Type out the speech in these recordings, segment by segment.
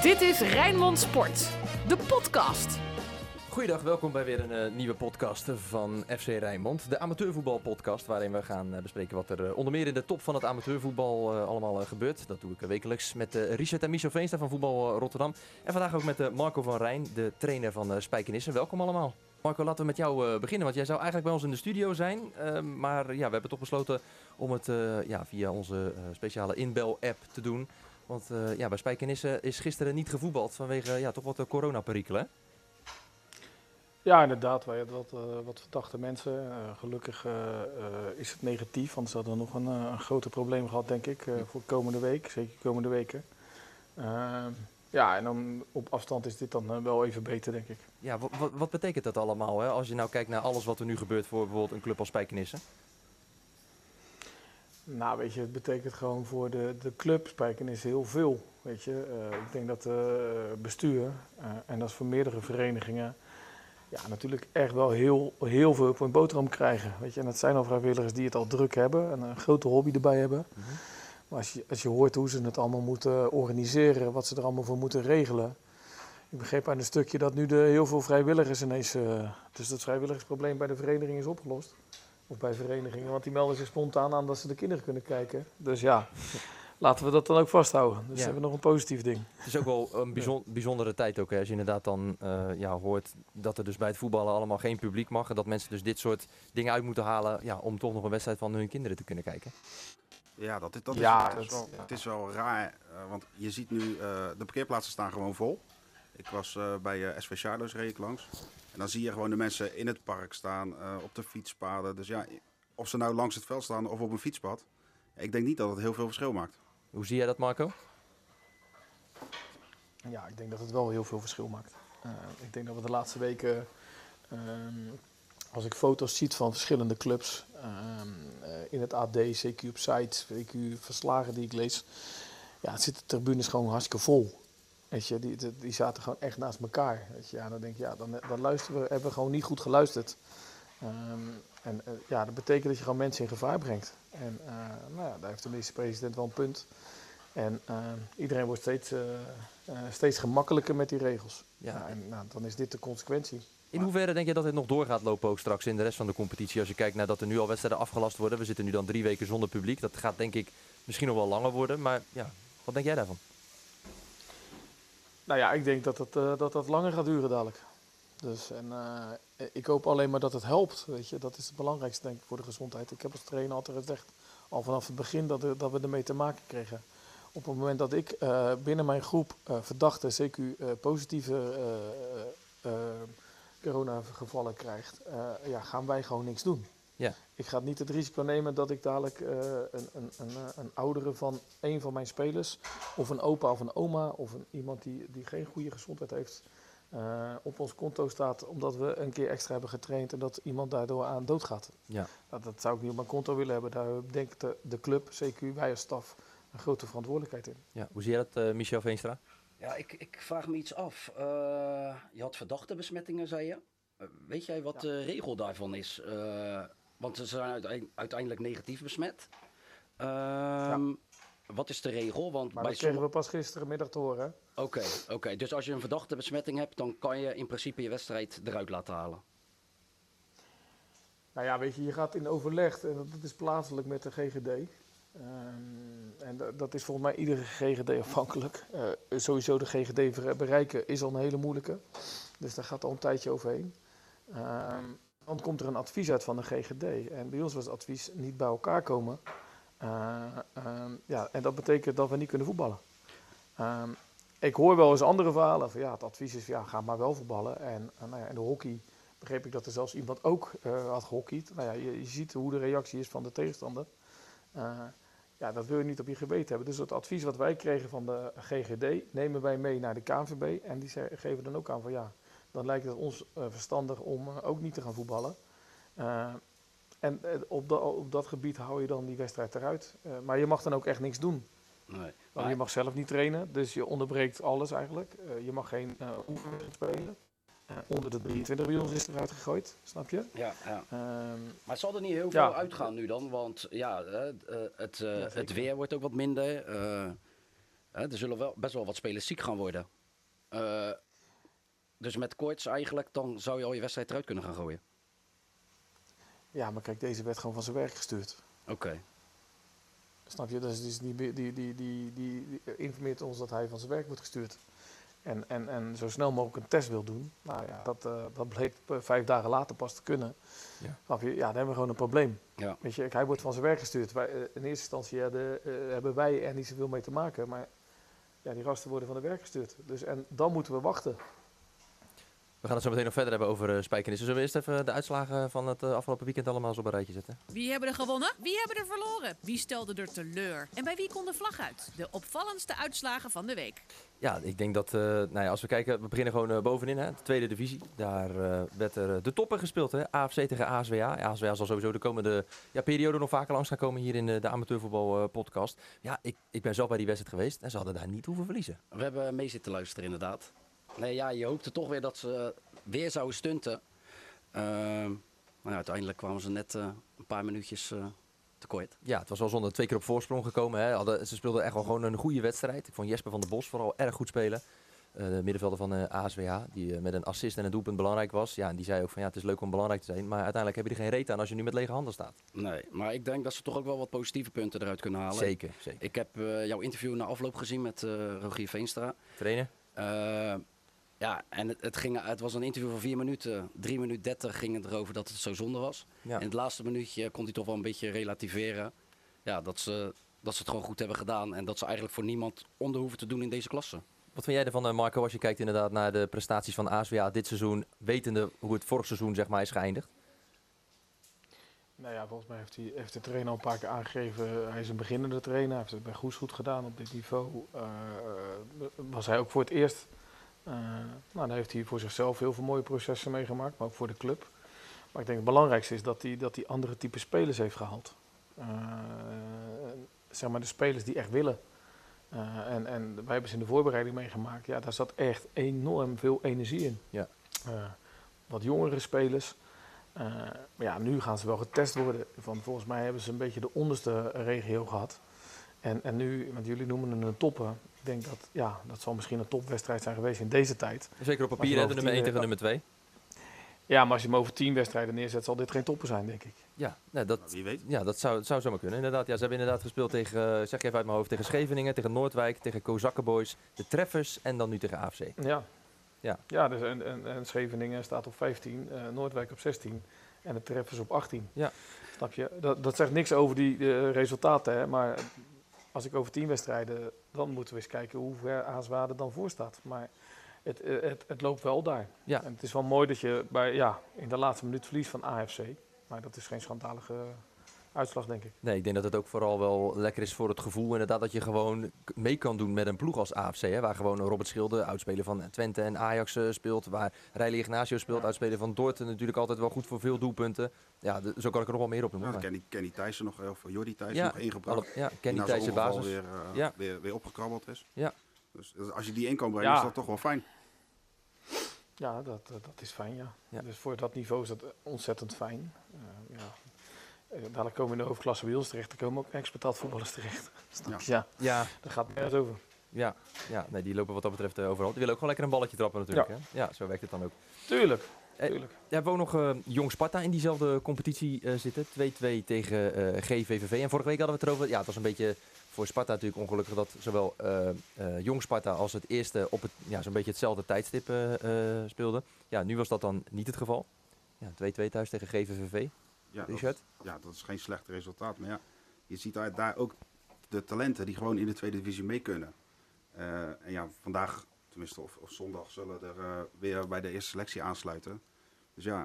Dit is Rijnmond Sport, de podcast. Goeiedag, welkom bij weer een nieuwe podcast van FC Rijnmond. De amateurvoetbalpodcast waarin we gaan bespreken wat er onder meer in de top van het amateurvoetbal allemaal gebeurt. Dat doe ik wekelijks met Richard en Michel Veenstra van Voetbal Rotterdam. En vandaag ook met Marco van Rijn, de trainer van Spijkenisse. Welkom allemaal. Marco, laten we met jou beginnen, want jij zou eigenlijk bij ons in de studio zijn. Maar ja, we hebben toch besloten om het via onze speciale inbel-app te doen. Want bij Spijkenisse is gisteren niet gevoetbald vanwege toch wat coronaperikelen. Ja, inderdaad. Wij hadden wat verdachte mensen. Gelukkig is het negatief, want ze hadden nog een groter probleem gehad, denk ik, voor komende week. Zeker komende weken. En dan op afstand is dit dan wel even beter, denk ik. Ja, wat betekent dat allemaal, hè? Als je nou kijkt naar alles wat er nu gebeurt voor bijvoorbeeld een club als Spijkenisse? Nou, weet je, het betekent gewoon voor de club Spijkenisse heel veel, weet je. Ik denk dat bestuur, en dat is voor meerdere verenigingen, natuurlijk echt wel heel veel voor een boterham krijgen. Weet je. En dat zijn al vrijwilligers die het al druk hebben en een grote hobby erbij hebben. Mm-hmm. Maar als je hoort hoe ze het allemaal moeten organiseren, wat ze er allemaal voor moeten regelen. Ik begreep aan een stukje dat nu heel veel vrijwilligers ineens, dus dat vrijwilligersprobleem bij de vereniging is opgelost. Of bij verenigingen, want die melden zich spontaan aan dat ze de kinderen kunnen kijken. Dus ja, laten we dat dan ook vasthouden. Dus hebben we nog een positief ding. Het is ook wel een bijzondere tijd ook, hè, als je inderdaad dan hoort dat er dus bij het voetballen allemaal geen publiek mag. En dat mensen dus dit soort dingen uit moeten halen om toch nog een wedstrijd van hun kinderen te kunnen kijken. Ja, het is wel raar, want je ziet nu, de parkeerplaatsen staan gewoon vol. Ik was bij SV Shadows, reed ik langs. En dan zie je gewoon de mensen in het park staan, op de fietspaden. Dus ja, of ze nou langs het veld staan of op een fietspad. Ik denk niet dat het heel veel verschil maakt. Hoe zie jij dat, Marco? Ja, ik denk dat het wel heel veel verschil maakt. Ik denk dat we de laatste weken, als ik foto's zie van verschillende clubs, in het AD, CQ op site, CQ verslagen die ik lees, zitten de tribunes gewoon hartstikke vol. Weet je, die zaten gewoon echt naast elkaar. Weet je, dan denk je, dan hebben we gewoon niet goed geluisterd. Dat betekent dat je gewoon mensen in gevaar brengt. En daar heeft de minister-president wel een punt. En iedereen wordt steeds gemakkelijker met die regels. Ja. Dan is dit de consequentie. In hoeverre denk je dat dit nog door gaat lopen ook straks in de rest van de competitie? Als je kijkt naar dat er nu al wedstrijden afgelast worden. We zitten nu dan 3 weken zonder publiek. Dat gaat denk ik misschien nog wel langer worden. Maar wat denk jij daarvan? Nou ja, ik denk dat langer gaat duren dadelijk. Dus, ik hoop alleen maar dat het helpt, weet je. Dat is het belangrijkste, denk ik, voor de gezondheid. Ik heb als trainer altijd gezegd, al vanaf het begin, dat we ermee te maken kregen. Op het moment dat ik binnen mijn groep verdachte, CQ positieve coronagevallen krijgt, gaan wij gewoon niks doen. Ja. Ik ga niet het risico nemen dat ik dadelijk een oudere van een van mijn spelers, of een opa of een oma, of iemand die geen goede gezondheid heeft, op ons konto staat omdat we een keer extra hebben getraind en dat iemand daardoor aan doodgaat. Ja. Dat zou ik niet op mijn konto willen hebben. Daar denkt de club, CQ, wij als staf, een grote verantwoordelijkheid in. Ja. Hoe zie je dat, Michel Veenstra? Ja, ik vraag me iets af. Je had verdachte besmettingen, zei je. Weet jij wat de regel daarvan is? Want ze zijn uiteindelijk negatief besmet. Wat is de regel? Want maar dat kregen we pas gisterenmiddag te horen. Oké. Dus als je een verdachte besmetting hebt, dan kan je in principe je wedstrijd eruit laten halen. Nou ja, weet je, je gaat in overleg, en dat is plaatselijk met de GGD. En dat is volgens mij iedere GGD afhankelijk. Sowieso de GGD bereiken is al een hele moeilijke. Dus daar gaat al een tijdje overheen. Dan komt er een advies uit van de GGD. En bij ons was het advies niet bij elkaar komen. En dat betekent dat we niet kunnen voetballen. Ik hoor wel eens andere verhalen van het advies is ga maar wel voetballen. En de hockey begreep ik dat er zelfs iemand ook had gehockeyd. Je ziet hoe de reactie is van de tegenstander. Dat wil je niet op je geweten hebben. Dus het advies wat wij kregen van de GGD nemen wij mee naar de KNVB. En die geven dan ook aan van dan lijkt het ons verstandig om ook niet te gaan voetballen. En op dat gebied hou je dan die wedstrijd eruit. Maar je mag dan ook echt niks doen. Nee. Want je mag zelf niet trainen, dus je onderbreekt alles eigenlijk. Je mag geen oefeningen spelen. Onder de 23 bij ons is eruit gegooid, snap je? Ja. Maar zal er niet heel veel uitgaan nu dan? Want het weer wordt ook wat minder. Er zullen wel best wel wat spelers ziek gaan worden. Dus met koorts eigenlijk, dan zou je al je wedstrijd eruit kunnen gaan gooien. Ja, maar kijk, deze werd gewoon van zijn werk gestuurd. Oké. Snap je? Dus die informeert ons dat hij van zijn werk wordt gestuurd. En zo snel mogelijk een test wil doen. Nou ja, dat bleek 5 dagen later pas te kunnen. Ja. Snap je? Ja, dan hebben we gewoon een probleem. Ja. Weet je, hij wordt van zijn werk gestuurd. In eerste instantie hebben wij er niet zoveel mee te maken. Maar ja, die gasten worden van het werk gestuurd. Dus, en dan moeten we wachten. We gaan het zo meteen nog verder hebben over Spijkenissen. Zullen we eerst even de uitslagen van het afgelopen weekend allemaal eens op een rijtje zetten? Wie hebben er gewonnen? Wie hebben er verloren? Wie stelde er teleur? En bij wie kon de vlag uit? De opvallendste uitslagen van de week. Ja, ik denk dat, als we kijken, we beginnen gewoon bovenin, hè, de tweede divisie. Daar werd er de toppen gespeeld, hè. AFC tegen ASWA. ASWA zal sowieso de komende periode nog vaker langs gaan komen hier in de amateurvoetbal podcast. Ja, ik ben zelf bij die wedstrijd geweest en ze hadden daar niet hoeven verliezen. We hebben mee zitten luisteren inderdaad. Nee, ja, je hoopte toch weer dat ze weer zouden stunten. Maar uiteindelijk kwamen ze net een paar minuutjes tekort. Ja, het was wel zonde. 2 keer op voorsprong gekomen. Hè. Ze speelden echt wel gewoon een goede wedstrijd. Ik vond Jesper van der Bos vooral erg goed spelen. De middenvelder van ASWH, die met een assist en een doelpunt belangrijk was. Ja, en die zei ook van ja, het is leuk om belangrijk te zijn. Maar uiteindelijk heb je er geen reet aan als je nu met lege handen staat. Nee, maar ik denk dat ze toch ook wel wat positieve punten eruit kunnen halen. Zeker, zeker. Ik heb jouw interview na afloop gezien met Rogier Veenstra. Trainer? Ja, en het was een interview van 4 minuten. 3 minuten 30 ging het erover dat het zo zonde was. Ja. In het laatste minuutje kon hij toch wel een beetje relativeren. Ja, dat ze het gewoon goed hebben gedaan. En dat ze eigenlijk voor niemand onder hoeven te doen in deze klasse. Wat vind jij ervan, Marco, als je kijkt inderdaad naar de prestaties van ASWA dit seizoen, wetende hoe het vorig seizoen zeg maar is geëindigd? Nou ja, volgens mij heeft de trainer al een paar keer aangegeven, hij is een beginnende trainer, hij heeft het bij Goes goed gedaan op dit niveau. Was hij ook voor het eerst, dan heeft hij voor zichzelf heel veel mooie processen meegemaakt, maar ook voor de club. Maar ik denk het belangrijkste is dat hij andere type spelers heeft gehaald. Zeg maar de spelers die echt willen. En wij hebben ze in de voorbereiding meegemaakt. Ja, daar zat echt enorm veel energie in. Ja. Wat jongere spelers. Maar ja, nu gaan ze wel getest worden. Volgens mij hebben ze een beetje de onderste regio gehad. En nu, want jullie noemen het een toppen. Ik denk dat zal misschien een topwedstrijd zijn geweest in deze tijd. Zeker op papier, hè, de nummer 1 tegen nummer 2. Ja, maar als je hem over 10 wedstrijden neerzet, zal dit geen toppen zijn, denk ik. Ja, Wie weet. Ja, dat zou zomaar kunnen. Inderdaad, ja, ze hebben inderdaad gespeeld tegen, zeg ik even uit mijn hoofd, tegen Scheveningen, tegen Noordwijk, tegen Kozakkenboys, de Treffers en dan nu tegen AFC. Ja, dus en Scheveningen staat op 15, Noordwijk op 16 en de Treffers op 18. Ja. Snap je? Dat zegt niks over die resultaten, hè? Maar als ik over 10 wedstrijden, dan moeten we eens kijken hoe ver ASWA er dan voor staat. Maar het loopt wel daar. Ja. En het is wel mooi dat je in de laatste minuut verliest van AFC. Maar dat is geen schandalige uitslag, denk ik. Nee, ik denk dat het ook vooral wel lekker is voor het gevoel inderdaad dat je gewoon mee kan doen met een ploeg als AFC. Hè, waar gewoon Robert Schilde, oudspeler van Twente en Ajax speelt. Waar Riley Ignacio speelt, oudspeler van Dortmund. Natuurlijk altijd wel goed voor veel doelpunten. Ja, zo kan ik er nog wel meer op noemen. Ja, Kenny Thijssen nog, of Jordi Thijssen nog ingebracht. Kenny Thijssen basis. Weer opgekrabbeld is. Ja. Dus als je die in kan brengen, is dat toch wel fijn. Ja, dat is fijn, ja. Dus voor dat niveau is dat ontzettend fijn. Dadelijk komen we in de hoofdklasse bij ons terecht. Dan komen ook expertaat voetballers terecht. Snap je? Ja. Daar gaat het nergens over. Ja, nee, die lopen wat dat betreft overal. Die willen ook gewoon lekker een balletje trappen natuurlijk. Ja. Hè? Ja, zo werkt het dan ook. Tuurlijk. We hebben ook nog Jong Sparta in diezelfde competitie zitten. 2-2 tegen GVVV. En vorige week hadden we het erover. Ja, het was een beetje voor Sparta natuurlijk ongelukkig dat zowel Jong Sparta als het eerste op het, zo'n beetje hetzelfde tijdstip speelden. Ja, nu was dat dan niet het geval. Ja, 2-2 thuis tegen GVVV. Ja, dat is geen slecht resultaat. Maar ja, je ziet daar ook de talenten die gewoon in de tweede divisie mee kunnen. En ja, vandaag, tenminste of zondag, zullen er weer bij de eerste selectie aansluiten. Dus ja,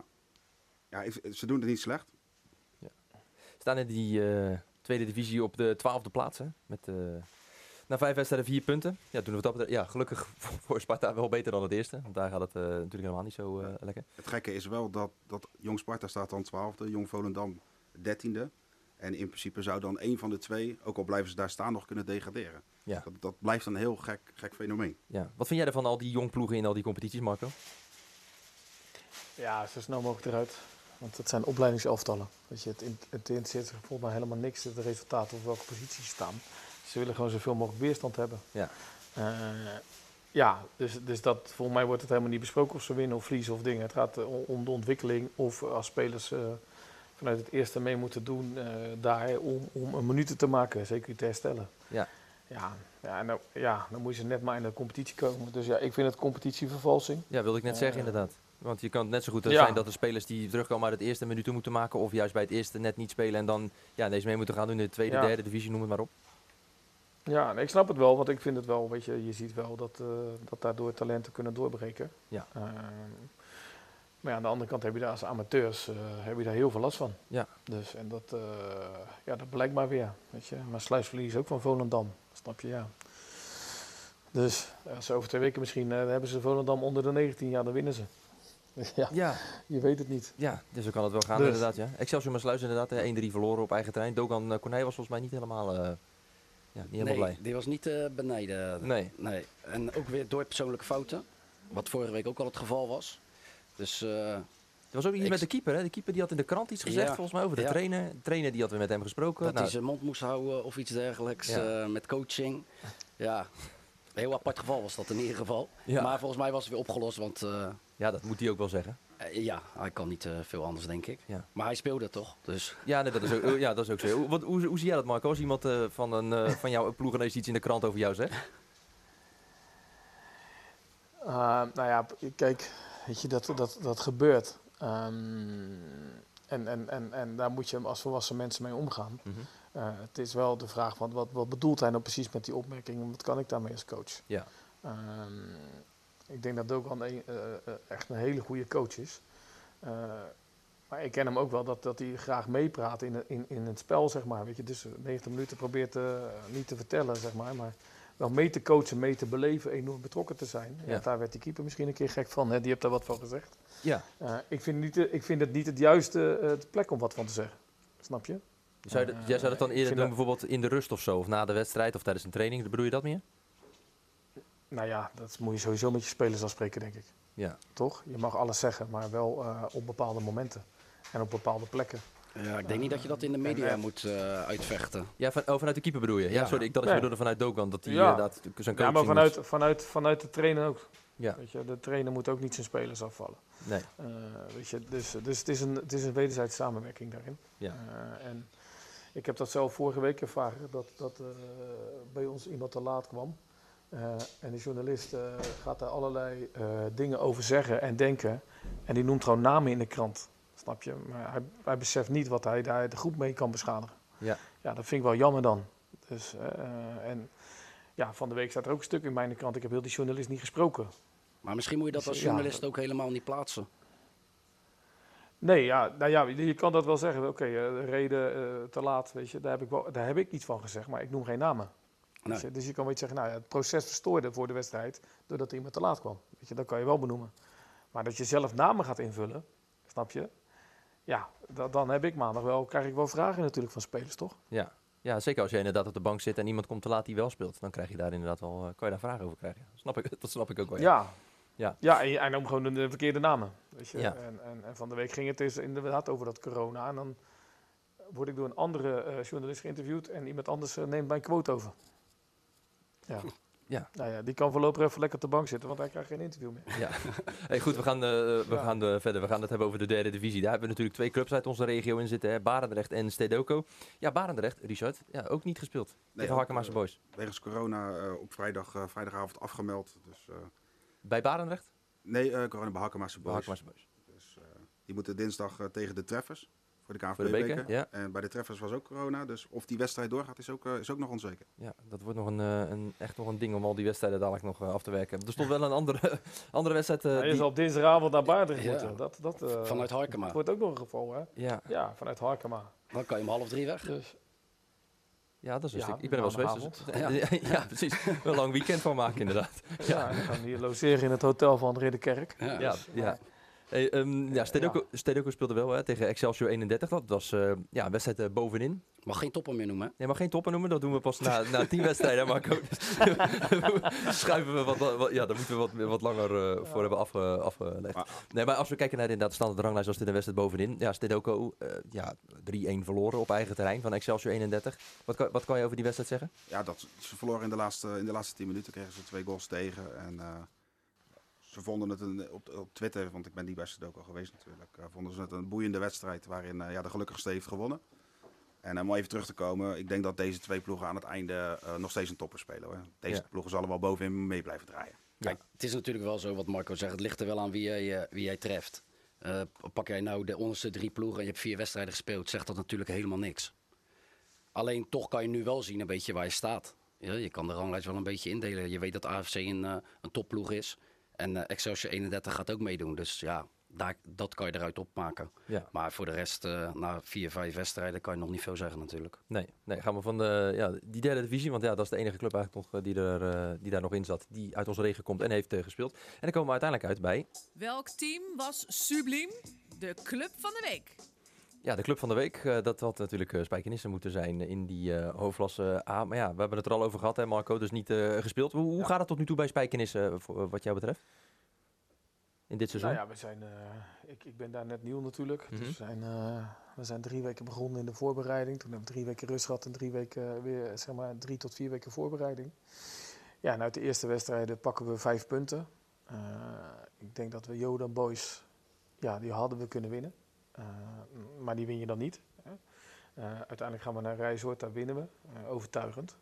ze doen het niet slecht. Ja. Staan in die tweede divisie op de 12e plaats. Hè? Met na 5 wedstrijden 4 punten. Ja, doen we dat betreft, gelukkig voor Sparta wel beter dan het eerste. Want daar gaat het natuurlijk helemaal niet zo lekker. Het gekke is wel dat Jong Sparta staat dan 12e, Jong Volendam 13e. En in principe zou dan één van de twee, ook al blijven ze daar staan, nog kunnen degraderen. Ja. Dat blijft een heel gek fenomeen. Ja. Wat vind jij ervan, al die jong ploegen in al die competities, Marco? Ja, zo snel mogelijk eruit. Want het zijn opleidingselftallen. Weet je, het interesseert zich volgens mij helemaal niks, het resultaat of welke positie ze staan. Ze willen gewoon zoveel mogelijk weerstand hebben. Ja. Dus dat, volgens mij wordt het helemaal niet besproken of ze winnen of verliezen of dingen. Het gaat om de ontwikkeling of als spelers vanuit het eerste mee moeten doen daar om een minuten te maken, zeker te herstellen. Ja. Dan moet je net maar in de competitie komen. Dus ja, ik vind het competitievervalsing. Ja, wilde ik net zeggen inderdaad. Want je kan het net zo goed zijn dat de spelers die terugkomen uit het eerste minuten moeten maken. Of juist bij het eerste net niet spelen en dan deze mee moeten gaan doen in de tweede, derde divisie, noem het maar op. Ja, nee, ik snap het wel, want ik vind het wel, weet je ziet wel dat daardoor talenten kunnen doorbreken. Ja. Maar aan de andere kant heb je daar als amateurs heb je daar heel veel last van. Ja. Dus, en dat blijkt maar weer. Weet je. Maar sluisverlies ook van Volendam, snap je, ja. Dus als ze over 2 weken misschien hebben ze Volendam onder de 19 jaar, dan winnen ze. Ja, je weet het niet. Ja, dus zo kan het wel gaan inderdaad. Ja. Excelsior Maassluis inderdaad, 1-3 verloren op eigen terrein. Dogan Corneille was volgens mij niet helemaal blij. Die was niet benijden. Nee. En ook weer door persoonlijke fouten. Wat vorige week ook al het geval was. Dus, er was ook iets met de keeper. Hè? De keeper die had in de krant iets gezegd volgens mij over de trainer. De trainer die had weer met hem gesproken. Dat hij zijn mond moest houden of iets dergelijks. Met coaching. Ja, een heel apart geval was dat in ieder geval. Ja. Maar volgens mij was het weer opgelost. Want, ja, dat moet hij ook wel zeggen. Hij kan niet veel anders, denk ik. Ja. Maar hij speelde toch? Dus. Ja, nee, dat is ook zo. Hoe zie jij dat, Marco? Als iemand van jouw ploeg ineens iets in de krant over jou zegt? Kijk, weet je, dat gebeurt. En daar moet je als volwassen mensen mee omgaan. Mm-hmm. Het is wel de vraag, wat bedoelt hij nou precies met die opmerking? Wat kan ik daarmee als coach? Ja. Ik denk dat Dogan echt een hele goede coach is. Maar ik ken hem ook wel dat hij graag meepraat in het spel, zeg maar. Weet je, dus 90 minuten probeert niet te vertellen, zeg maar wel mee te coachen, mee te beleven, enorm betrokken te zijn. Ja. Daar werd die keeper misschien een keer gek van. Hè? Die heeft daar wat van gezegd. Ja. Ik vind het niet het juiste plek om wat van te zeggen. Snap je? Jij zou dat dan eerder doen bijvoorbeeld in de rust of zo? Of na de wedstrijd of tijdens een training? Bedoel je dat meer? Nou ja, dat moet je sowieso met je spelers afspreken, denk ik. Ja. Toch? Je mag alles zeggen, maar wel op bepaalde momenten. En op bepaalde plekken. Ja, ik denk niet dat je dat in de media moet uitvechten. Ja, vanuit de keeper bedoel je? Ja, sorry, ik dacht dat je bedoelde vanuit Dogan, dat hij inderdaad zijn coaching maar vanuit de trainer ook. Ja. Weet je, de trainer moet ook niet zijn spelers afvallen. Nee. Weet je, dus het is een wederzijdse samenwerking daarin. Ja. En ik heb dat zelf vorige week ervaren, dat bij ons iemand te laat kwam. En de journalist gaat daar allerlei dingen over zeggen en denken. En die noemt gewoon namen in de krant. Snap je? Maar hij beseft niet wat hij daar de groep mee kan beschadigen. Ja. Ja, dat vind ik wel jammer dan. Dus, van de week staat er ook een stuk in mijn krant. Ik heb heel die journalist niet gesproken. Maar misschien moet je dat als journalist ook helemaal niet plaatsen. Nee, je kan dat wel zeggen. Oké, reden te laat, weet je. Daar heb ik iets van gezegd, maar ik noem geen namen. Nee. Dus je kan wel iets zeggen, het proces verstoorde voor de wedstrijd doordat iemand te laat kwam. Weet je, dat kan je wel benoemen. Maar dat je zelf namen gaat invullen, snap je? Ja, dan krijg ik wel vragen natuurlijk van spelers, toch? Ja. Ja, zeker als je inderdaad op de bank zit en iemand komt te laat die wel speelt. Dan krijg je daar inderdaad wel, kan je daar vragen over krijgen. Dat snap ik ook wel. Ja, en dan gewoon de verkeerde namen. Weet je? Ja. En van de week ging het dus inderdaad over dat corona. En dan word ik door een andere journalist geïnterviewd en iemand anders neemt mijn quote over. Ja. Ja. Nou ja, die kan voorlopig even lekker op de bank zitten, want hij krijgt geen interview meer. Ja. Hey, goed, we gaan verder. We gaan het hebben over de derde divisie. Daar hebben we natuurlijk 2 clubs uit onze regio in zitten. Hè? Barendrecht en Stedoco. Ja, Barendrecht, Richard, ook niet gespeeld. Tegen Harkemaarse Boys. Wegens corona op vrijdagavond afgemeld. Dus, bij Barendrecht? Nee, corona bij Harkemaarse Boys. Dus, die moeten dinsdag tegen de Treffers. Voor de KNVB-beker. Ja. En bij de Treffers was ook corona. Dus of die wedstrijd doorgaat is ook nog onzeker. Ja, dat wordt nog echt nog een ding om al die wedstrijden dadelijk nog af te werken. Er stond wel een andere wedstrijd. Je zal op dinsdagavond naar Barendrecht moeten. Vanuit Harkema. Dat wordt ook nog een geval, hè? Ja, vanuit Harkema. Dan kan je om 2:30 weg. Dus. Ja, dat is een ik ben er wel geweest. Dus, ja, precies. Wel een lang weekend van maken, inderdaad. Ja, we gaan hier logeren in het hotel van Ridderkerk. Ja. Hey, Stedoko speelde wel hè, tegen Excelsior 31. Dat was een wedstrijd bovenin. Mag geen topper meer noemen, hè? Nee, maar geen topper noemen. Dat doen we pas na 10 wedstrijden, Marco. Schuiven we daar moeten we wat langer voor hebben afgelegd. Nee, maar als we kijken naar de standaard ranglijst, was dit een wedstrijd bovenin. Ja, Stedoko 3-1 verloren op eigen terrein van Excelsior 31. Wat kan je over die wedstrijd zeggen? Ja, ze verloren in de laatste 10 minuten. Kregen ze 2 goals tegen. En ze vonden het op Twitter, want ik ben die bij Stedoko geweest natuurlijk. Vonden ze het een boeiende wedstrijd waarin de gelukkigste heeft gewonnen. En om even terug te komen, ik denk dat deze 2 ploegen aan het einde nog steeds een topper spelen. Hoor. Deze ploegen zullen wel bovenin mee blijven draaien. Kijk, het is natuurlijk wel zo wat Marco zegt. Het ligt er wel aan wie jij treft. Pak jij nou de onderste 3 ploegen en je hebt 4 wedstrijden gespeeld, zegt dat natuurlijk helemaal niks. Alleen toch kan je nu wel zien een beetje waar je staat. Ja, je kan de ranglijst wel een beetje indelen. Je weet dat AFC een topploeg is. En Excelsior 31 gaat ook meedoen. Dus ja, dat kan je eruit opmaken. Ja. Maar voor de rest, na 4, 5 wedstrijden kan je nog niet veel zeggen natuurlijk. Nee, gaan we van die derde divisie. Want dat is de enige club eigenlijk nog die daar nog in zat. Die uit onze regio komt en heeft gespeeld. En dan komen we uiteindelijk uit bij... Welk team was subliem? De Club van de Week. Ja, de Club van de Week. Dat had natuurlijk Spijkenisse moeten zijn in die hoofdklasse A. Maar ja, we hebben het er al over gehad, hè Marco. Dus niet gespeeld. Hoe gaat het tot nu toe bij Spijkenisse wat jou betreft? In dit seizoen? Nou ja, ik ben daar net nieuw natuurlijk. Mm-hmm. Dus we zijn 3 weken begonnen in de voorbereiding. Toen hebben we 3 weken rust gehad en 3 weken weer, 3 tot 4 weken voorbereiding. Ja, en uit de eerste wedstrijden pakken we 5 punten. Ik denk dat we Jodan Boys, die hadden we kunnen winnen. Maar die win je dan niet. Uiteindelijk gaan we naar Rijsoord, daar winnen we. Overtuigend.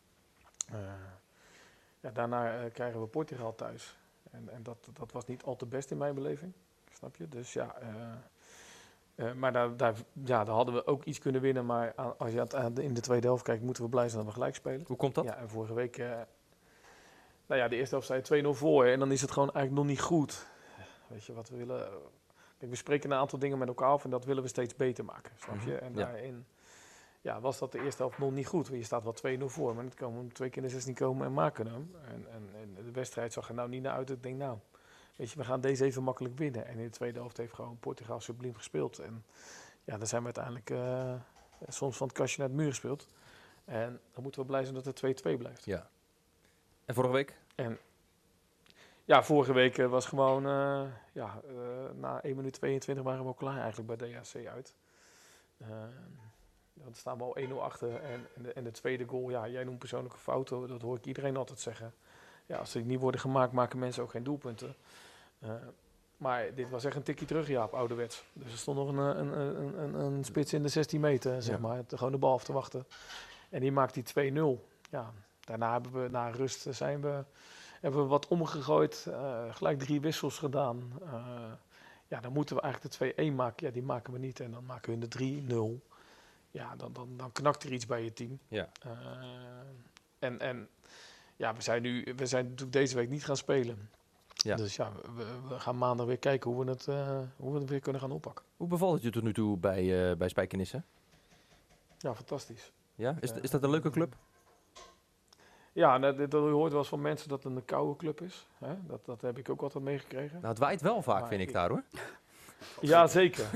Daarna krijgen we Portugal thuis. En dat was niet al te best in mijn beleving. Snap je? Dus maar daar hadden we ook iets kunnen winnen. Maar als je in de tweede helft kijkt, moeten we blij zijn dat we gelijk spelen. Hoe komt dat? Ja, en vorige week... de eerste helft sta je 2-0 voor. En dan is het gewoon eigenlijk nog niet goed. Weet je, wat we willen... Kijk, we spreken een aantal dingen met elkaar af en dat willen we steeds beter maken. Snap je? En daarin was dat de eerste helft nog niet goed. Want je staat wel 2-0 voor, maar dan komen we 2 keer in de 16 komen en maken hem. En de wedstrijd zag er nou niet naar uit. Ik denk, weet je, we gaan deze even makkelijk winnen. En in de tweede helft heeft gewoon Portugal subliem gespeeld. En dan zijn we uiteindelijk soms van het kastje naar het muur gespeeld. En dan moeten we blij zijn dat het 2-2 blijft. Ja. En vorige week? Vorige week was gewoon, na 1 minuut 22 waren we al klaar eigenlijk bij DHC uit. Dan staan we al 1-0 achter en de tweede goal, jij noemt persoonlijke fouten, dat hoor ik iedereen altijd zeggen. Ja, als die niet worden gemaakt, maken mensen ook geen doelpunten. Maar dit was echt een tikje terug, Jaap, ouderwets. Dus er stond nog een spits in de 16 meter, zeg maar, gewoon de bal af te wachten. En die maakt die 2-0. Ja, daarna hebben we, na rust hebben we wat omgegooid, gelijk 3 wissels gedaan. Dan moeten we eigenlijk de 2-1 maken. Ja, die maken we niet en dan maken we de 3-0. Ja, dan knakt er iets bij je team. Ja. We zijn natuurlijk deze week niet gaan spelen. Ja. Dus we gaan maandag weer kijken hoe we het weer kunnen gaan oppakken. Hoe bevalt het je tot nu toe bij Spijkenisse? Ja, fantastisch. Ja? Is dat een leuke club? Ja, dat hoort wel eens van mensen dat het een koude club is. Hè? Dat heb ik ook altijd meegekregen. Nou, het waait wel vaak, vind ik daar hoor. Ja, zeker.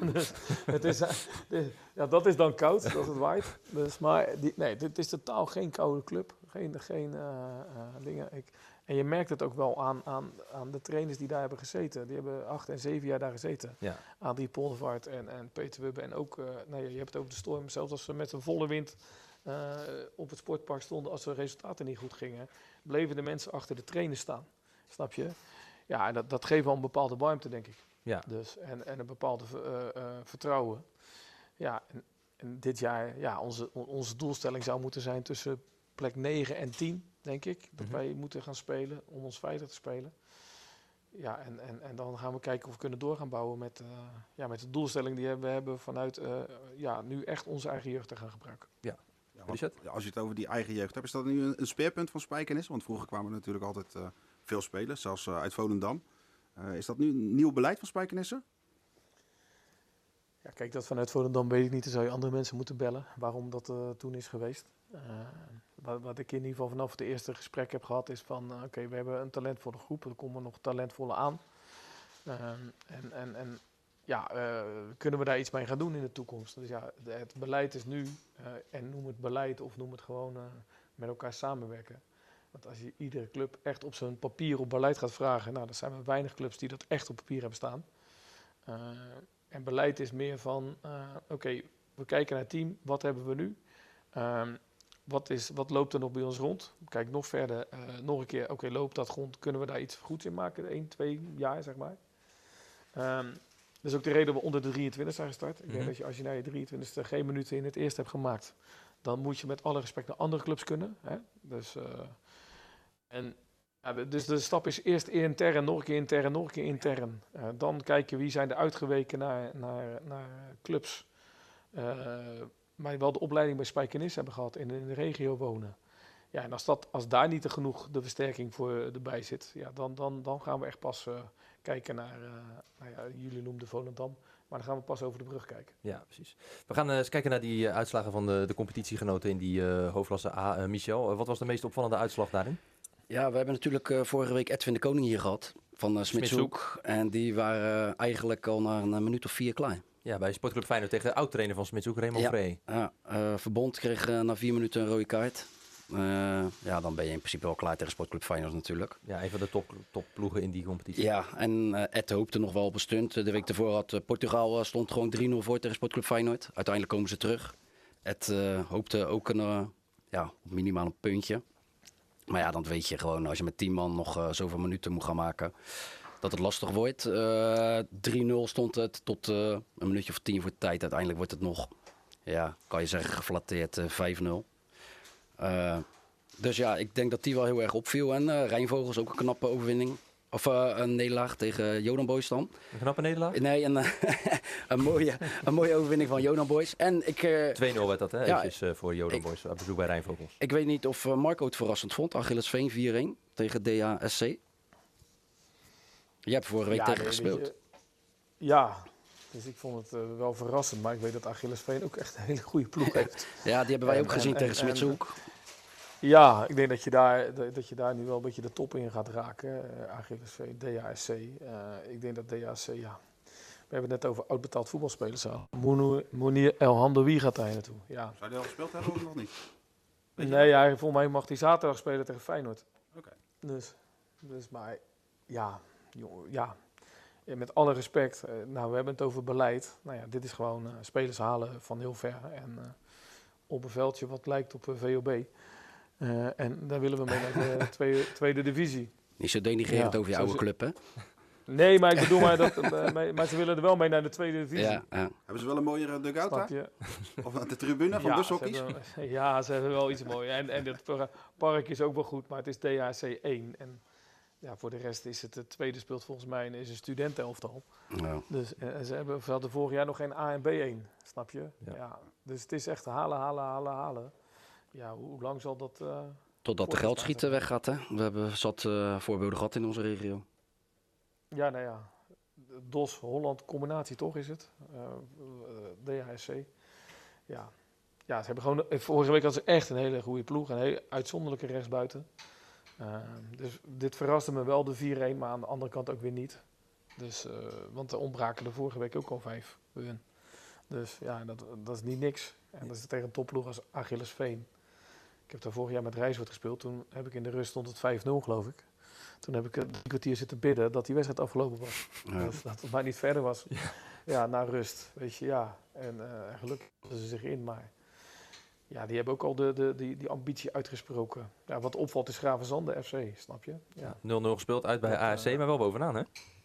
Dat is dan koud, dat het waait. Dus, maar dit is totaal geen koude club. Geen dingen. En je merkt het ook wel aan de trainers die daar hebben gezeten. Die hebben 8 en 7 jaar daar gezeten. Ja. Adrie Poldervaart en Peter Wubbe. En ook, je hebt het over de storm. Zelfs als ze met een volle wind op het sportpark stonden, als de resultaten niet goed gingen, bleven de mensen achter de trainers staan. Snap je? Ja, en dat geeft wel een bepaalde warmte, denk ik. Ja. Dus, en een bepaalde vertrouwen. Ja, en dit jaar, onze doelstelling zou moeten zijn tussen plek 9 en 10, denk ik. Dat wij moeten gaan spelen, om ons veilig te spelen. Ja, en dan gaan we kijken of we kunnen door gaan bouwen met de doelstelling die we hebben vanuit nu echt onze eigen jeugd te gaan gebruiken. Ja. Als je het over die eigen jeugd hebt, is dat nu een speerpunt van Spijkenisse? Want vroeger kwamen er natuurlijk altijd veel spelers, zelfs uit Volendam. Is dat nu een nieuw beleid van Spijkenisse? Ja, kijk, dat vanuit Volendam weet ik niet. Dan zou je andere mensen moeten bellen waarom dat toen is geweest. Wat ik in ieder geval vanaf het eerste gesprek heb gehad is van... Oké, we hebben een talentvolle groep, er komen nog talentvolle aan. Kunnen we daar iets mee gaan doen in de toekomst? Dus ja, het beleid is nu, en noem het beleid of noem het gewoon met elkaar samenwerken. Want als je iedere club echt op zijn papier op beleid gaat vragen, nou, dan zijn er weinig clubs die dat echt op papier hebben staan. En beleid is meer van, oké, we kijken naar het team, wat hebben we nu? Wat loopt er nog bij ons rond? Kijk nog verder, nog een keer, oké, loopt dat rond? Kunnen we daar iets goeds in maken? 1, 2 jaar, zeg maar. Dat is ook de reden dat we onder de 23 zijn gestart. Ik denk dat je als je naar je 23e geen minuten in het eerste hebt gemaakt, dan moet je met alle respect naar andere clubs kunnen. Hè? Dus de stap is eerst intern, nog een keer intern, nog een keer intern. Dan kijken wie zijn er uitgeweken naar clubs. Maar wel de opleiding bij Spijkenisse hebben gehad en in de regio wonen. Ja, en als daar niet genoeg de versterking voor erbij zit, ja, dan gaan we echt pas kijken naar, jullie noemden Volendam, maar dan gaan we pas over de brug kijken. Ja, precies. We gaan eens kijken naar die uitslagen van de competitiegenoten in die hoofdklasse A. Michel, wat was de meest opvallende uitslag daarin? Ja, we hebben natuurlijk vorige week Edwin de Koning hier gehad van Smitshoek. En die waren eigenlijk al na een minuut of 4 klaar. Ja, bij Sportclub Feyenoord tegen de oud-trainer van Smitshoek, Raymond Vree. Ja, Verbond kreeg na 4 minuten een rode kaart. Dan ben je in principe wel klaar tegen Sportclub Feyenoord natuurlijk. Ja, een van de topploegen in die competitie. Ja, en Ed hoopte nog wel op een stunt. De week daarvoor had Portugal stond gewoon 3-0 voor tegen Sportclub Feyenoord. Uiteindelijk komen ze terug. Ed hoopte ook op minimaal een puntje. Maar ja, dan weet je gewoon als je met 10 man nog zoveel minuten moet gaan maken, dat het lastig wordt. 3-0 stond het tot een minuutje of 10 voor de tijd. Uiteindelijk wordt het nog, kan je zeggen, geflatteerd 5-0. Dus ja, ik denk dat die wel heel erg opviel. En Rijnvogels ook een knappe overwinning. Of een nederlaag tegen Jodan Boys dan. Een knappe nederlaag? Nee, een mooie overwinning van Jodan Boys. En 2-0 werd dat, hè? Eventjes voor Jodan Boys op bezoek bij Rijnvogels. Ik weet niet of Marco het verrassend vond. Achillesveen 4-1 tegen DHSC. Jij hebt vorige week tegen gespeeld. Dus ik vond het wel verrassend. Maar ik weet dat Achillesveen ook echt een hele goede ploeg heeft. Ja, die hebben wij ook gezien tegen Smitshoek. Ja, ik denk dat je daar nu wel een beetje de top in gaat raken. Achillesveen, DHSC. Ik denk dat DHSC, we hebben het net over oud-betaald voetbalspelers. Mounir El Handoui gaat daar naartoe. Ja. Zou hij al gespeeld hebben of nog niet? Nee, volgens mij mag hij zaterdag spelen tegen Feyenoord. Oké. Dus maar met alle respect. We hebben het over beleid. Nou ja, dit is gewoon spelers halen van heel ver. En op een veldje wat lijkt op VOB. En daar willen we mee naar de tweede divisie. Niet zo denigrerend over je oude club, hè? Nee, maar ik bedoel maar ze willen er wel mee naar de tweede divisie. Ja. Hebben ze wel een mooiere dugout daar? Of aan de tribune van bushockeys? Ze hebben wel iets moois. En het park is ook wel goed, maar het is DHC 1. En ja, voor de rest is het tweede speelt volgens mij is een studentenelftal. Ja. Dus ze hadden vorig jaar nog geen A en B1, snap je? Ja. Dus het is echt halen. Ja, hoe lang zal dat... Totdat de geldschieten weggaat, hè? We hebben zat voorbeelden gehad in onze regio. Ja, nou ja. DOS-Holland combinatie toch is het? DHSC. Ja, ze hebben gewoon... Vorige week hadden ze echt een hele goede ploeg. Een hele uitzonderlijke rechtsbuiten. Dus dit verraste me wel, de 4-1, maar aan de andere kant ook weer niet. Dus, want er ontbraken de vorige week ook al 5 bij hun. Dus ja, dat is niet niks. En dat is tegen een topploeg als Achillesveen. Ik heb daar vorig jaar met Rijswoord gespeeld. Toen heb ik in de rust stond het 5-0 geloof ik. Toen heb ik een kwartier zitten bidden dat die wedstrijd afgelopen was. Ja. Dat het maar niet verder was. Ja, naar rust. Weet je, ja. En gelukkig hadden ze zich in, maar... Ja, die hebben ook al die ambitie uitgesproken. Ja, wat opvalt is Gravenzande FC, snap je? Ja. 0-0 gespeeld uit bij ASC, maar wel bovenaan, hè?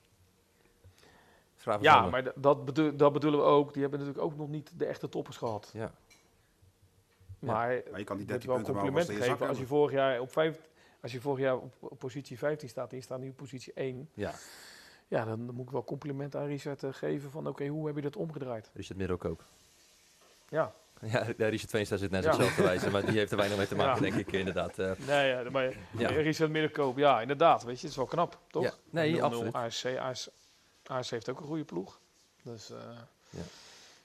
Ja, maar dat bedoelen we ook. Die hebben natuurlijk ook nog niet de echte toppers gehad. Ja. Maar je kan die 13 punten wel complimenten geven. Als je vorig jaar op positie 15 staat en je staat nu op positie 1... Ja, dan moet ik wel compliment aan Richard geven van oké, hoe heb je dat omgedraaid? Richard Middelkoop. Ja. Ja, Richard Veenstra zit net zichzelf te wijzen, maar die heeft er weinig mee te maken, denk ik, inderdaad. Maar Richard Middelkoop, ja, inderdaad, weet je, het is wel knap, toch? Ja. Nee, absoluut. ASC heeft ook een goede ploeg. Dus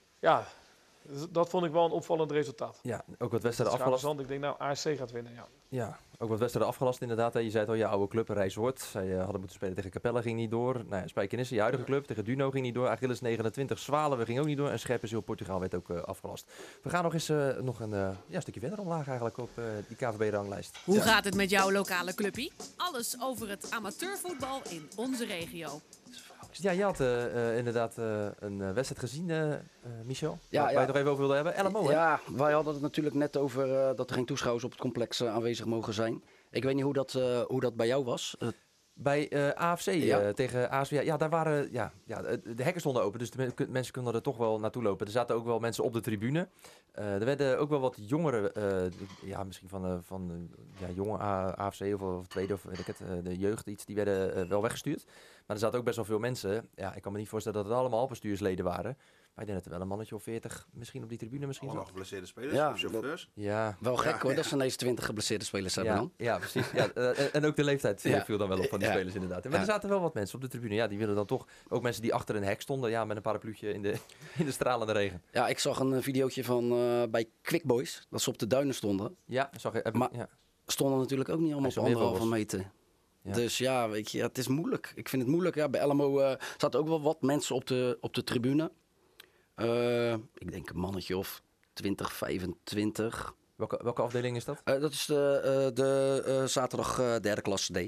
dat vond ik wel een opvallend resultaat. Ja, ook wat wedstrijden afgelopen. Ik denk, ASC gaat winnen, ja. Ja, ook wat wedstrijden afgelast inderdaad. Hè. Je zei het al, je oude club, Rijswort. Zij hadden moeten spelen tegen Capelle, ging niet door. Nou ja, Spijkenisse, je huidige club, tegen Duno ging niet door. Achilles 29, Zwaluwe ging ook niet door. En Scherpenzeel, Portugal werd ook afgelast. We gaan nog eens een stukje verder omlaag eigenlijk op die KVB-ranglijst. Hoe gaat het met jouw lokale clubpie? Alles over het amateurvoetbal in onze regio. Ja, je had inderdaad een wedstrijd gezien, Michel. Ja, waar je het nog even over wilde hebben. LMO, hè? Ja, wij hadden het natuurlijk net over dat er geen toeschouwers op het complex aanwezig mogen zijn. Ik weet niet hoe dat bij jou was. Bij AFC tegen ASW, ja, daar waren, de hekken stonden open, dus de mensen konden er toch wel naartoe lopen. Er zaten ook wel mensen op de tribune. Er werden ook wel wat jongeren, misschien van jonge AFC of tweede of weet ik het, de jeugd iets, die werden wel weggestuurd. Maar er zaten ook best wel veel mensen. Ja, ik kan me niet voorstellen dat het allemaal bestuursleden waren. Maar ik denk dat er wel een mannetje of 40 misschien op die tribune misschien Allemaal zat. geblesseerde spelers, of chauffeurs. Ja. Wel gek hoor, dat ze ineens 20 geblesseerde spelers hebben dan. Ja, precies. Ja, en ook de leeftijd viel dan wel op van die spelers inderdaad. Maar er zaten wel wat mensen op de tribune. Ja, die willen dan toch, ook mensen die achter een hek stonden, met een parapluutje in de stralende regen. Ja, ik zag een videootje van bij Quick Boys, dat ze op de duinen stonden. Ja, zag ik. Maar stonden natuurlijk ook niet allemaal op 1,5 meter. Ja. Dus ja, weet je, het is moeilijk. Ik vind het moeilijk. Ja, bij LMO zaten ook wel wat mensen op de tribune. Ik denk een mannetje of 20, 25. Welke afdeling is dat? Dat is de zaterdag derde klasse D.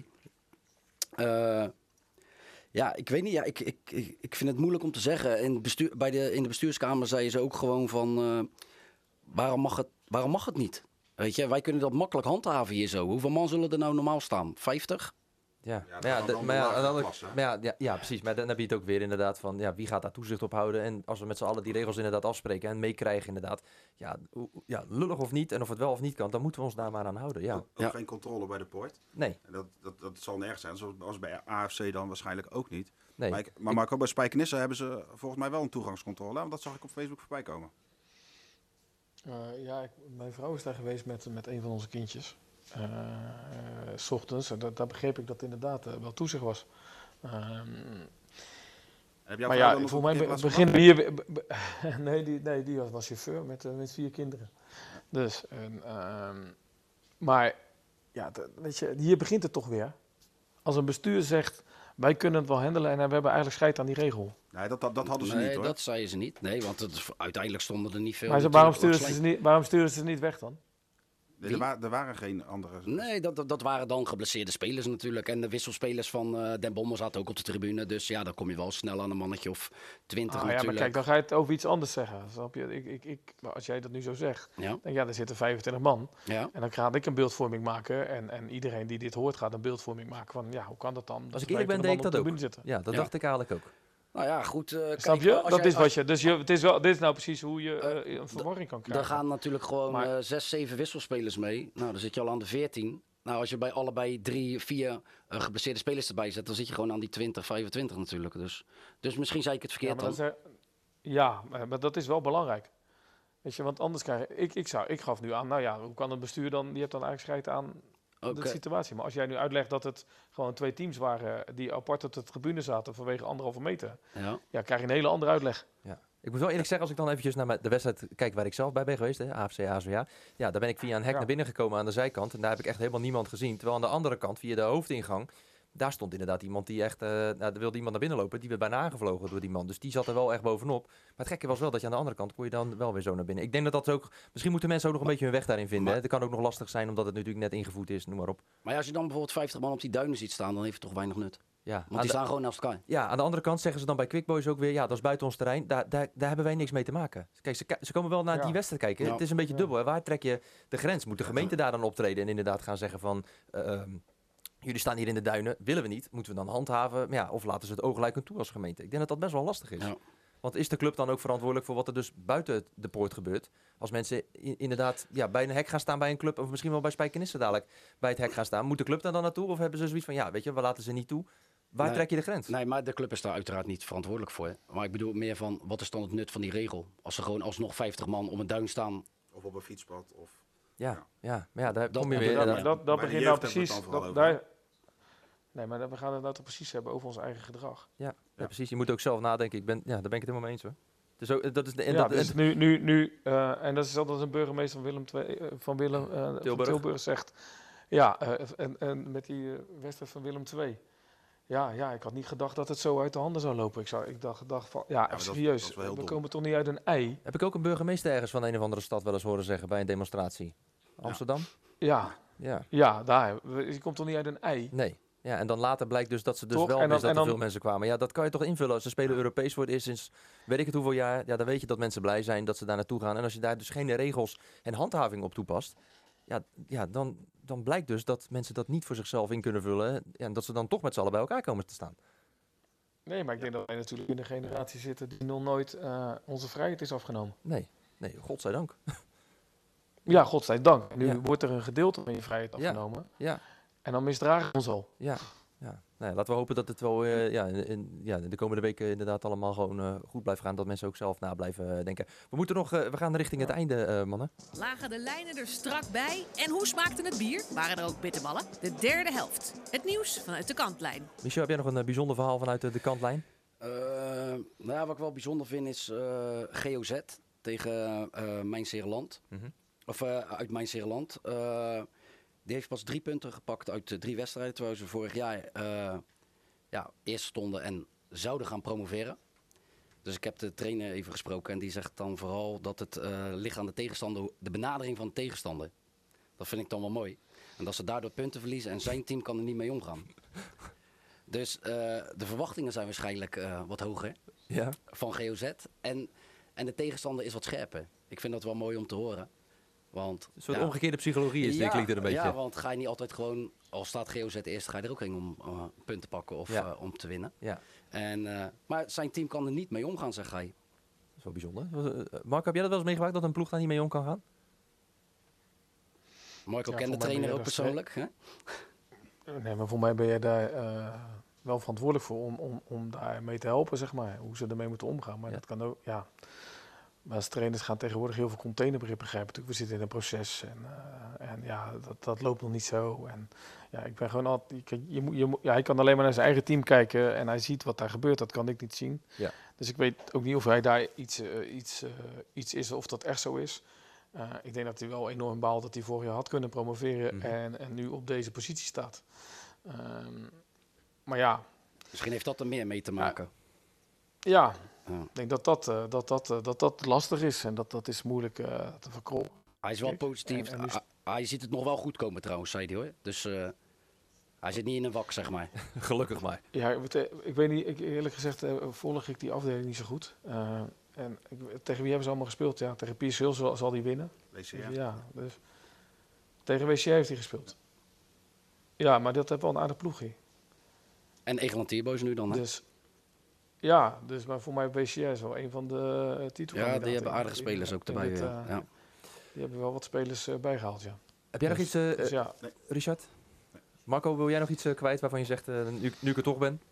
Ik weet niet. Ja, ik vind het moeilijk om te zeggen. In de bestuurskamer zeiden ze ook gewoon van... waarom mag het niet? Weet je, wij kunnen dat makkelijk handhaven hier zo. Hoeveel man zullen er nou normaal staan? 50? Precies. Maar dan heb je het ook weer inderdaad van, wie gaat daar toezicht op houden? En als we met z'n allen die regels inderdaad afspreken en meekrijgen inderdaad, lullig of niet, en of het wel of niet kan, dan moeten we ons daar maar aan houden. Ja. Ook geen controle bij de poort. Nee. En dat zal nergens zijn, zoals bij AFC dan waarschijnlijk ook niet. Nee. Maar ook bij Spijkenisse hebben ze volgens mij wel een toegangscontrole, want dat zag ik op Facebook voorbij komen. Mijn vrouw is daar geweest met een van onze kindjes. 's ochtends, en daar begreep ik dat inderdaad wel toezicht was. Heb jij Maar ja, volgens mij begint hier... Nee, die was chauffeur met 4 kinderen. Dus, maar ja, weet je, hier begint het toch weer. Als een bestuur zegt, wij kunnen het wel handelen en we hebben eigenlijk scheid aan die regel. Nee, dat hadden ze Nee, niet hoor. dat zeiden ze niet. Nee, want uiteindelijk stonden er niet veel... Maar waarom sturen ze niet weg dan? Er waren geen andere... Nee, dat waren dan geblesseerde spelers natuurlijk. En de wisselspelers van Den Bommel zaten ook op de tribune. Dus ja, dan kom je wel snel aan een mannetje of 20 natuurlijk. Ja, maar kijk, dan ga je het over iets anders zeggen. Snap je? Als jij dat nu zo zegt, dan er zitten 25 man. Ja. En dan ga ik een beeldvorming maken. En iedereen die dit hoort gaat een beeldvorming maken van, hoe kan dat dan? Als ik eerlijk ben, deed ik dat ook. Zitten. Ja, dat dacht ik eigenlijk ook. Nou ja, goed. Snap je? Dat is wat je... Dus dit is nou precies hoe je een verwarring kan krijgen. Er gaan natuurlijk gewoon 6, 7 wisselspelers mee. Nou, dan zit je al aan de 14. Nou, als je bij allebei 3, 4 geblesseerde spelers erbij zet, dan zit je gewoon aan die 20, 25 natuurlijk. Dus misschien zei ik het verkeerd maar dat is wel belangrijk. Weet je, want anders krijg ik gaf nu aan, hoe kan het bestuur dan... Die hebt dan eigenlijk scheid aan de situatie. Maar als jij nu uitlegt dat het gewoon 2 teams waren die apart op de tribune zaten vanwege 1,5 meter, krijg je een hele andere uitleg. Ja. Ik moet wel eerlijk zeggen, als ik dan eventjes naar de wedstrijd kijk waar ik zelf bij ben geweest, AFC, ASWA, daar ben ik via een hek naar binnen gekomen aan de zijkant en daar heb ik echt helemaal niemand gezien. Terwijl aan de andere kant, via de hoofdingang, daar stond inderdaad iemand die echt, er wilde iemand naar binnen lopen, die werd bijna aangevlogen door die man. Dus die zat er wel echt bovenop. Maar het gekke was wel dat je aan de andere kant kon je dan wel weer zo naar binnen. Ik denk dat ook, misschien moeten mensen ook nog een beetje hun weg daarin vinden. Het kan ook nog lastig zijn omdat het natuurlijk net ingevoerd is, noem maar op. Maar als je dan bijvoorbeeld 50 man op die duinen ziet staan, dan heeft het toch weinig nut. Ja, want die staan gewoon naast elkaar. Ja, aan de andere kant zeggen ze dan bij Quick Boys ook weer, dat is buiten ons terrein. Daar hebben wij niks mee te maken. Kijk, ze komen wel naar die wedstrijd kijken. Ja. Het is een beetje dubbel. Hè? Waar trek je de grens? Moet de gemeente daar dan optreden en inderdaad gaan zeggen van... jullie staan hier in de duinen, willen we niet. Moeten we dan handhaven? Maar of laten ze het oogluikend toe als gemeente? Ik denk dat dat best wel lastig is. Ja. Want is de club dan ook verantwoordelijk voor wat er dus buiten de poort gebeurt? Als mensen inderdaad bij een hek gaan staan bij een club... of misschien wel bij Spijkenisse dadelijk bij het hek gaan staan... moet de club daar dan naartoe? Of hebben ze zoiets van, weet je, we laten ze niet toe... Waar trek je de grens? Nee, maar de club is daar uiteraard niet verantwoordelijk voor. Hè? Maar ik bedoel meer van, wat is dan het nut van die regel? Als ze gewoon alsnog 50 man om een duin staan... Of op een fietspad. Of... Maar daar kom je weer... Dat begint nou precies... Nee, maar we gaan het nou toch precies hebben over ons eigen gedrag. Ja, precies. Je moet ook zelf nadenken. Daar ben ik het helemaal mee eens hoor. Dus ook, dat is nu en dat is altijd een burgemeester van Tilburg zegt... Ja, en met die wedstrijd van Willem II. Ja, ik had niet gedacht dat het zo uit de handen zou lopen. Ik dacht van, serieus, we komen toch niet uit een ei. Heb ik ook een burgemeester ergens van een of andere stad wel eens horen zeggen bij een demonstratie? Amsterdam? Ja, daar. Je komt toch niet uit een ei? Nee. Ja, en dan later blijkt dus dat ze dus toch? wel wist dat er veel mensen kwamen. Ja, dat kan je toch invullen. Ze spelen Europees voor het eerst sinds weet ik het hoeveel jaar. Ja, dan weet je dat mensen blij zijn dat ze daar naartoe gaan. En als je daar dus geen regels en handhaving op toepast, dan blijkt dus dat mensen dat niet voor zichzelf in kunnen vullen. En dat ze dan toch met z'n allen bij elkaar komen te staan. Nee, maar ik denk dat wij natuurlijk in de generatie zitten die nog nooit onze vrijheid is afgenomen. Nee, godzijdank. Ja, godzijdank. Nu wordt er een gedeelte van je vrijheid afgenomen. Ja. En dan misdragen we ons al. Ja. Nou ja, laten we hopen dat het wel in de komende weken inderdaad allemaal gewoon goed blijft gaan. Dat mensen ook zelf na blijven denken. We gaan richting het einde, mannen. Lagen de lijnen er strak bij? En hoe smaakte het bier? Waren er ook bitterballen? De derde helft. Het nieuws vanuit de kantlijn. Michel, heb jij nog een bijzonder verhaal vanuit de kantlijn? Wat ik wel bijzonder vind is GOZ tegen Mijns-Heerland. Mm-hmm. Of uit Mijns-Heerland. Die heeft pas 3 punten gepakt uit 3 wedstrijden. Terwijl ze vorig jaar eerst stonden en zouden gaan promoveren. Dus ik heb de trainer even gesproken. En die zegt dan vooral dat het ligt aan de tegenstander. De benadering van de tegenstander. Dat vind ik dan wel mooi. En dat ze daardoor punten verliezen. En zijn team kan er niet mee omgaan. Dus de verwachtingen zijn waarschijnlijk wat hoger. Ja. Van GOZ. En de tegenstander is wat scherper. Ik vind dat wel mooi om te horen. Want, een soort omgekeerde psychologie klinkt er een beetje. Ja, want ga je niet altijd gewoon, al staat GOZ eerst, ga je er ook heen om punten pakken of om te winnen. Ja. Maar zijn team kan er niet mee omgaan, zeg hij. Dat is wel bijzonder. Marco, heb jij dat wel eens meegemaakt dat een ploeg daar niet mee om kan gaan? Marco kent de trainer ook persoonlijk. Hè? Nee, maar voor mij ben je daar wel verantwoordelijk voor om daar mee te helpen, zeg maar. Hoe ze ermee moeten omgaan. Maar dat kan ook, Maar als trainers gaan tegenwoordig heel veel containerbegrippen begrijpen. Natuurlijk, we zitten in een proces en dat loopt nog niet zo. En ik ben gewoon altijd. Hij kan alleen maar naar zijn eigen team kijken en hij ziet wat daar gebeurt. Dat kan ik niet zien. Ja. Dus ik weet ook niet of hij daar iets is of dat echt zo is. Ik denk dat hij wel enorm baalt dat hij vorig jaar had kunnen promoveren en nu op deze positie staat. Maar ja. Misschien heeft dat er meer mee te maken. Ja. Ik denk dat lastig is en dat is moeilijk te verkroppen. Hij is wel positief. Hij ziet het nog wel goed komen trouwens, zei hij hoor. Dus hij zit niet in een wak, zeg maar. Gelukkig maar. Ja, ik weet niet, eerlijk gezegd volg ik die afdeling niet zo goed. Tegen wie hebben ze allemaal gespeeld? Ja, tegen PSV zal die winnen. WCR. Ja, dus tegen WCR heeft hij gespeeld. Ja, maar dat heeft wel een aardig ploegje. En Egeland-Tierboys nu dan, hè? Maar voor mij WCR is wel een van de titelkandidaten. Ja, die hebben aardige spelers ook erbij. Die hebben wel wat spelers bijgehaald, ja. Heb jij nog iets, Nee. Richard? Marco, wil jij nog iets kwijt waarvan je zegt, nu ik er toch ben?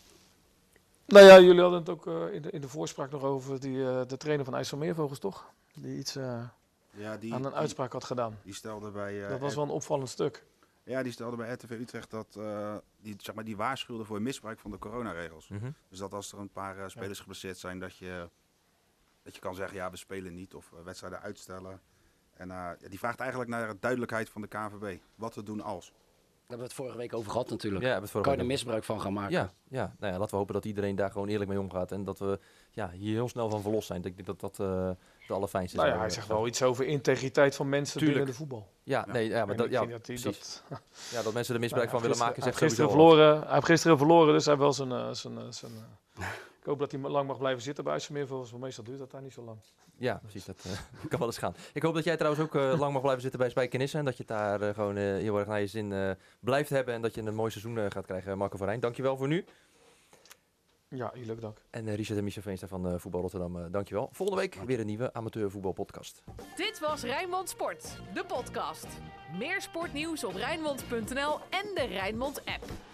Nou ja, jullie hadden het ook in de voorspraak nog over de trainer van IJsselmeervogels, toch? Die iets aan een uitspraak had gedaan. Die stelde bij... dat was wel een opvallend stuk. Ja, die stelde bij RTV Utrecht dat die waarschuwde voor misbruik van de coronaregels. Mm-hmm. Dus dat als er een paar spelers geblesseerd zijn, dat je kan zeggen, we spelen niet of wedstrijden uitstellen. En die vraagt eigenlijk naar de duidelijkheid van de KNVB. Wat we doen als. Daar hebben we het vorige week over gehad natuurlijk. Ja, kan je er misbruik van gaan maken? Ja. Nou ja, laten we hopen dat iedereen daar gewoon eerlijk mee omgaat. En dat we hier heel snel van verlost zijn. Ik denk dat de allerfijnste is. Nou ja, hij zegt wel iets over integriteit van mensen binnen de voetbal. Ja, maar dat mensen er misbruik van willen maken. Hij heeft gisteren verloren, dus hij heeft wel zijn ik hoop dat hij lang mag blijven zitten bij IJsselmeervogels, want meestal duurt dat daar niet zo lang. Ja, precies. Dat kan wel eens gaan. Ik hoop dat jij trouwens ook lang mag blijven zitten bij Spijkenisse. En dat je het daar gewoon heel erg naar je zin blijft hebben. En dat je een mooi seizoen gaat krijgen, Marco van Rijn. Dankjewel voor nu. Ja, heel leuk dank. En Richard en Michel Veenstra van Voetbal Rotterdam, dankjewel. Volgende week weer een nieuwe amateurvoetbalpodcast. Dit was Rijnmond Sport, de podcast. Meer sportnieuws op Rijnmond.nl en de Rijnmond app.